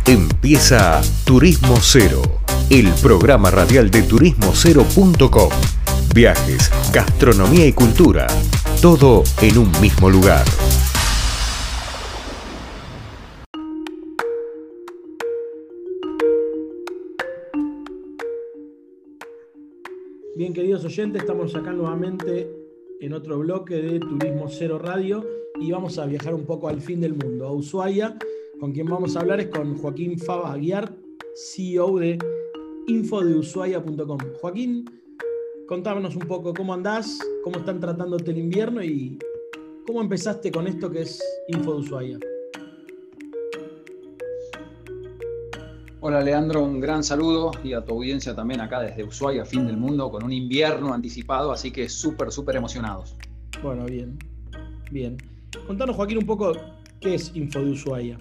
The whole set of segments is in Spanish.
Empieza Turismo Cero, el programa radial de turismocero.com. Viajes, gastronomía y cultura, todo en un mismo lugar. Bien, queridos oyentes, estamos acá nuevamente en otro bloque de Turismo Cero Radio y vamos a viajar un poco al fin del mundo, a Ushuaia. Con quien vamos a hablar es con Joaquín Fabas Aguiar, CEO de infodeushuaia.com. Joaquín, contámonos un poco cómo andás, cómo están tratándote el invierno y cómo empezaste con esto que es Info de Ushuaia. Hola Leandro, un gran saludo y a tu audiencia también acá desde Ushuaia, fin del mundo, con un invierno anticipado, así que súper emocionados. Bueno, bien. Contanos, Joaquín, un poco qué es Info de Ushuaia.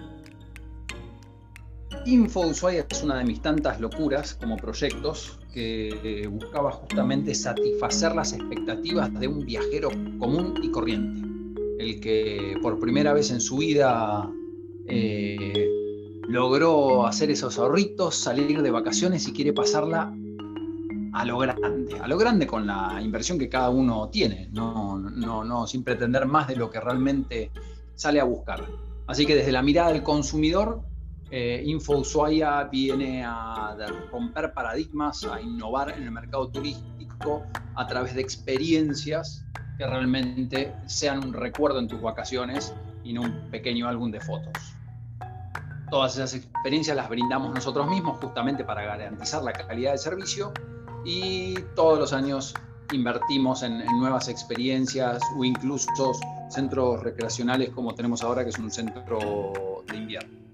Info de Ushuaia es una de mis tantas locuras como proyectos que buscaba justamente satisfacer las expectativas de un viajero común y corriente, el que por primera vez en su vida logró hacer esos ahorritos, salir de vacaciones y quiere pasarla a lo grande con la inversión que cada uno tiene, no sin pretender más de lo que realmente sale a buscar. Así que desde la mirada del consumidor, Info Ushuaia viene a romper paradigmas, a innovar en el mercado turístico a través de experiencias que realmente sean un recuerdo en tus vacaciones y no un pequeño álbum de fotos. Todas esas experiencias las brindamos nosotros mismos justamente para garantizar la calidad del servicio y todos los años invertimos en nuevas experiencias o incluso centros recreacionales como tenemos ahora, que es un centro de invierno.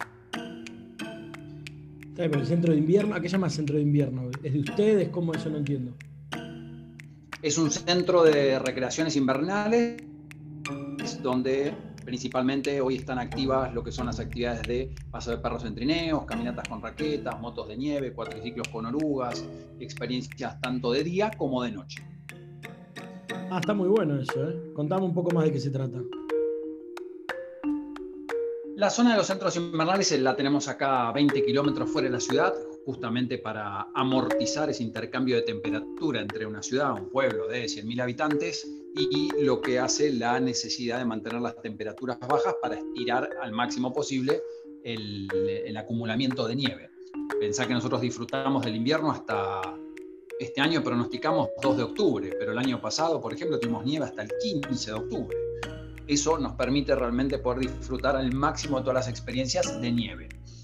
Pero el centro de invierno, ¿a qué llama centro de invierno? ¿Es de ustedes? ¿Cómo? Eso no entiendo. Es un centro de recreaciones invernales donde principalmente hoy están activas lo que son las actividades de paso de perros en trineos, caminatas con raquetas, motos de nieve, cuatriciclos con orugas, experiencias tanto de día como de noche. Está muy bueno eso, ¿eh? Contame un poco más de qué se trata. La zona de los centros invernales la tenemos acá a 20 kilómetros fuera de la ciudad, justamente para amortizar ese intercambio de temperatura entre una ciudad, un pueblo de 100.000 habitantes y lo que hace la necesidad de mantener las temperaturas bajas para estirar al máximo posible el acumulamiento de nieve. Pensá que nosotros disfrutamos del invierno hasta este año, pronosticamos 2 de octubre, pero el año pasado, por ejemplo, tuvimos nieve hasta el 15 de octubre. Eso nos permite realmente poder disfrutar al máximo de todas las experiencias de nieve.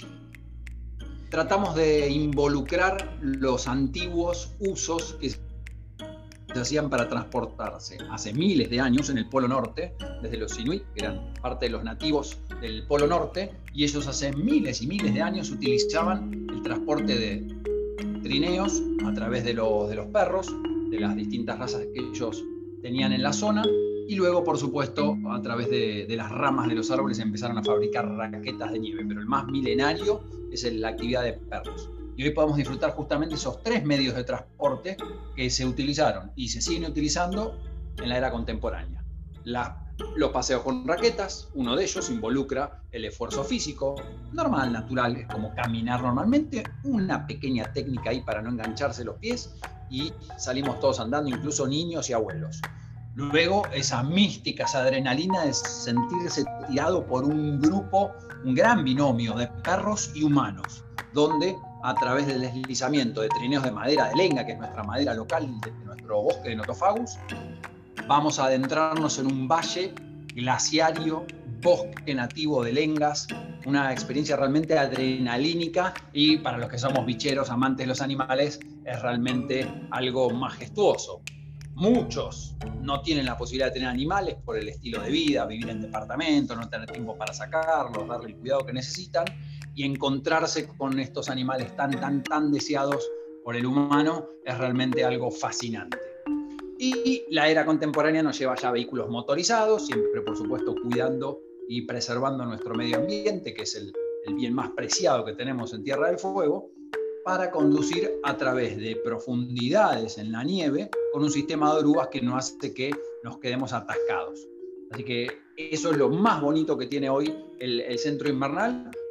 Tratamos de involucrar los antiguos usos que se hacían para transportarse hace miles de años en el Polo Norte, desde los Inuit, que eran parte de los nativos del Polo Norte, y ellos hace miles y miles de años utilizaban el transporte de trineos a través de los perros, de las distintas razas que ellos tenían en la zona, y luego, por supuesto, a través de las ramas de los árboles empezaron a fabricar raquetas de nieve, pero el más milenario es la actividad de perros. Y hoy podemos disfrutar justamente esos 3 medios de transporte que se utilizaron y se siguen utilizando en la era contemporánea. Los paseos con raquetas, uno de ellos involucra el esfuerzo físico, normal, natural, es como caminar normalmente, una pequeña técnica ahí para no engancharse los pies y salimos todos andando, incluso niños y abuelos. Luego, esa mística, esa adrenalina de sentirse tirado por un grupo, un gran binomio de perros y humanos, donde a través del deslizamiento de trineos de madera de lenga, que es nuestra madera local de nuestro bosque de Notofagus, vamos a adentrarnos en un valle glaciario, bosque nativo de lengas, una experiencia realmente adrenalínica y para los que somos bicheros, amantes de los animales, es realmente algo majestuoso. Muchos no tienen la posibilidad de tener animales por el estilo de vida, vivir en departamento, no tener tiempo para sacarlos, darle el cuidado que necesitan y encontrarse con estos animales tan deseados por el humano es realmente algo fascinante. Y la era contemporánea nos lleva ya a vehículos motorizados, siempre por supuesto cuidando y preservando nuestro medio ambiente, que es el bien más preciado que tenemos en Tierra del Fuego, para conducir a través de profundidades en la nieve con un sistema de orugas que no hace que nos quedemos atascados. Así que eso es lo más bonito que tiene hoy el centro invernal,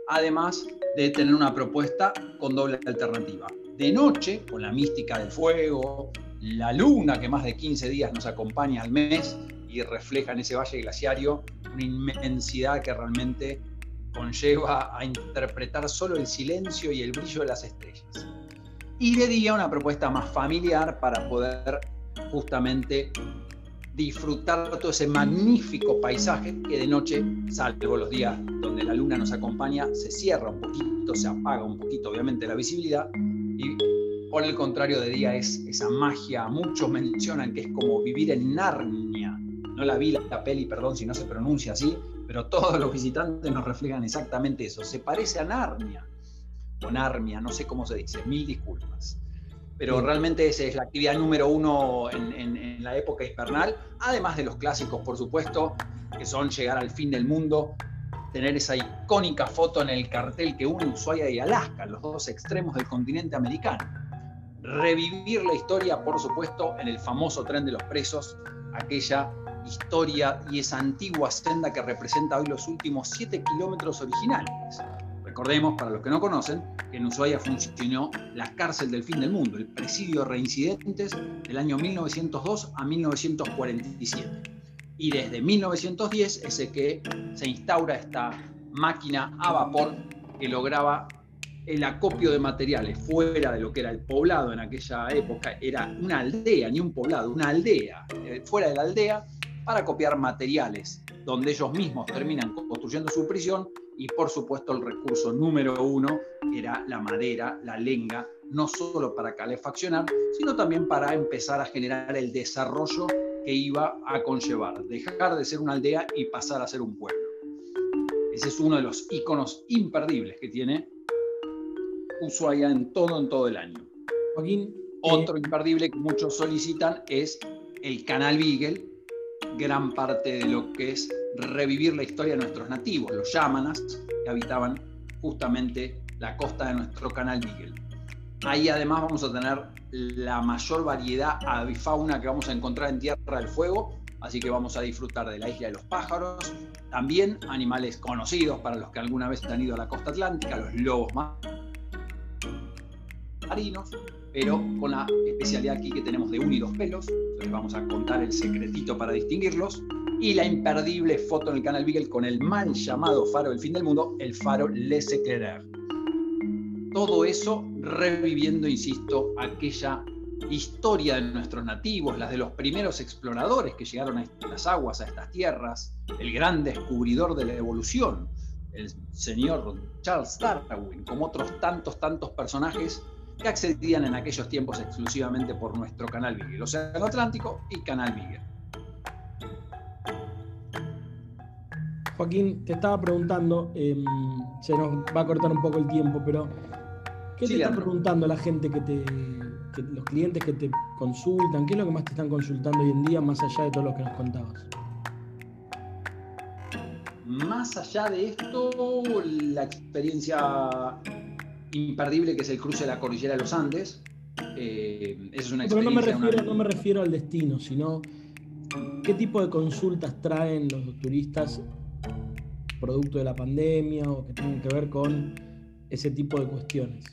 además de tener una propuesta con doble alternativa. De noche, con la mística del fuego, la luna que más de 15 días nos acompaña al mes y refleja en ese valle glaciario una inmensidad que realmente conlleva a interpretar solo el silencio y el brillo de las estrellas. Y de día una propuesta más familiar para poder justamente disfrutar todo ese magnífico paisaje que de noche, salvo los días donde la luna nos acompaña, se cierra un poquito, se apaga un poquito obviamente la visibilidad, y por el contrario de día es esa magia. Muchos mencionan que es como vivir en Narnia. No la vi la peli, perdón si no se pronuncia así, pero todos los visitantes nos reflejan exactamente eso. Se parece a Narnia, o Narnia, no sé cómo se dice, mil disculpas. Pero realmente esa es la actividad número uno en la época invernal, además de los clásicos, por supuesto, que son llegar al fin del mundo, tener esa icónica foto en el cartel que une Ushuaia y Alaska, los dos extremos del continente americano. Revivir la historia, por supuesto, en el famoso tren de los presos, aquella historia y esa antigua senda que representa hoy los últimos 7 kilómetros originales. Recordemos, para los que no conocen, que en Ushuaia funcionó la cárcel del fin del mundo, el presidio de reincidentes del año 1902 a 1947. Y desde 1910 es que se instaura esta máquina a vapor que lograba el acopio de materiales fuera de lo que era el poblado en aquella época. Era una aldea, ni un poblado, una aldea, fuera de la aldea, para copiar materiales, donde ellos mismos terminan construyendo su prisión. Y por supuesto el recurso número uno era la madera, la lenga, no solo para calefaccionar, sino también para empezar a generar el desarrollo que iba a conllevar dejar de ser una aldea y pasar a ser un pueblo. Ese es uno de los íconos imperdibles que tiene Ushuaia en todo el año. Joaquín, otro imperdible que muchos solicitan es el Canal Beagle, gran parte de lo que es revivir la historia de nuestros nativos, los yámanas, que habitaban justamente la costa de nuestro Canal Beagle. Ahí además vamos a tener la mayor variedad avifauna que vamos a encontrar en Tierra del Fuego, así que vamos a disfrutar de la isla de los pájaros, también animales conocidos para los que alguna vez han ido a la costa atlántica, los lobos marinos, pero con la especialidad aquí que tenemos de 1 y 2 pelos. Les vamos a contar el secretito para distinguirlos, y la imperdible foto en el Canal Beagle con el mal llamado faro del fin del mundo, el faro Les Éclaireurs. Todo eso reviviendo, insisto, aquella historia de nuestros nativos, las de los primeros exploradores que llegaron a estas aguas, a estas tierras, el gran descubridor de la evolución, el señor Charles Darwin, como otros tantos personajes que accedían en aquellos tiempos exclusivamente por nuestro Canal Beagle, Océano Atlántico y Canal Beagle. Joaquín, te estaba preguntando, se nos va a cortar un poco el tiempo, pero ¿qué te está preguntando la gente los clientes que te consultan? ¿Qué es lo que más te están consultando hoy en día, más allá de todo lo que nos contabas? Más allá de esto, la experiencia imperdible que es el cruce de la cordillera de los Andes. Es una experiencia. Pero no me refiero al destino, sino qué tipo de consultas traen los turistas producto de la pandemia o que tienen que ver con ese tipo de cuestiones.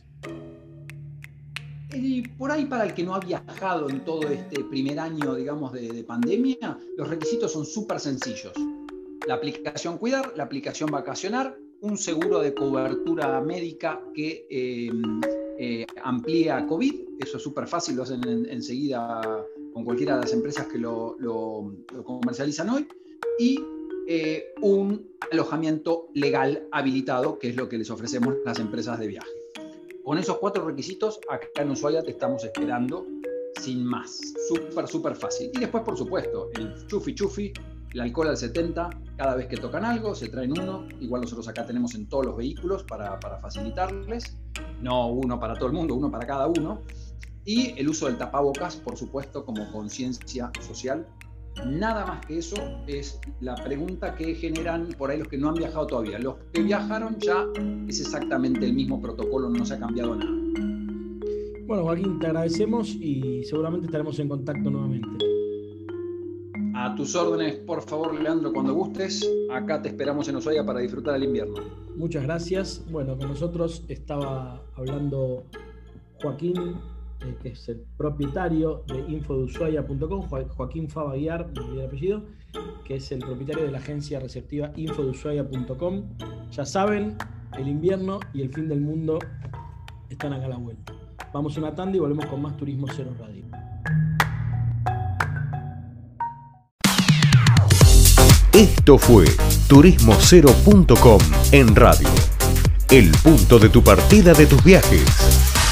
Y por ahí, para el que no ha viajado en todo este primer año, digamos, de pandemia, los requisitos son súper sencillos. La aplicación Cuidar, la aplicación Vacacionar, un seguro de cobertura médica que amplía COVID, eso es súper fácil, lo hacen enseguida con cualquiera de las empresas que lo comercializan hoy, y un alojamiento legal habilitado, que es lo que les ofrecemos las empresas de viaje. Con esos 4 requisitos, acá en Ushuaia te estamos esperando sin más. Súper fácil. Y después, por supuesto, el chufi, el alcohol al 70, cada vez que tocan algo, se traen uno. Igual nosotros acá tenemos en todos los vehículos para facilitarles. No uno para todo el mundo, uno para cada uno. Y el uso del tapabocas, por supuesto, como conciencia social. Nada más que eso es la pregunta que generan por ahí los que no han viajado todavía. Los que viajaron ya es exactamente el mismo protocolo, no se ha cambiado nada. Bueno, Joaquín, te agradecemos y seguramente estaremos en contacto nuevamente. A tus órdenes, por favor, Leandro, cuando gustes. Acá te esperamos en Ushuaia para disfrutar el invierno. Muchas gracias. Bueno, con nosotros estaba hablando Joaquín, que es el propietario de infodeushuaia.com, Joaquín Fava Aguiar, me olvidé el apellido, que es el propietario de la agencia receptiva infodeushuaia.com. Ya saben, el invierno y el fin del mundo están acá a la vuelta. Vamos a una tanda y volvemos con más Turismo Cero Radio. Esto fue turismocero.com en radio. El punto de tu partida de tus viajes.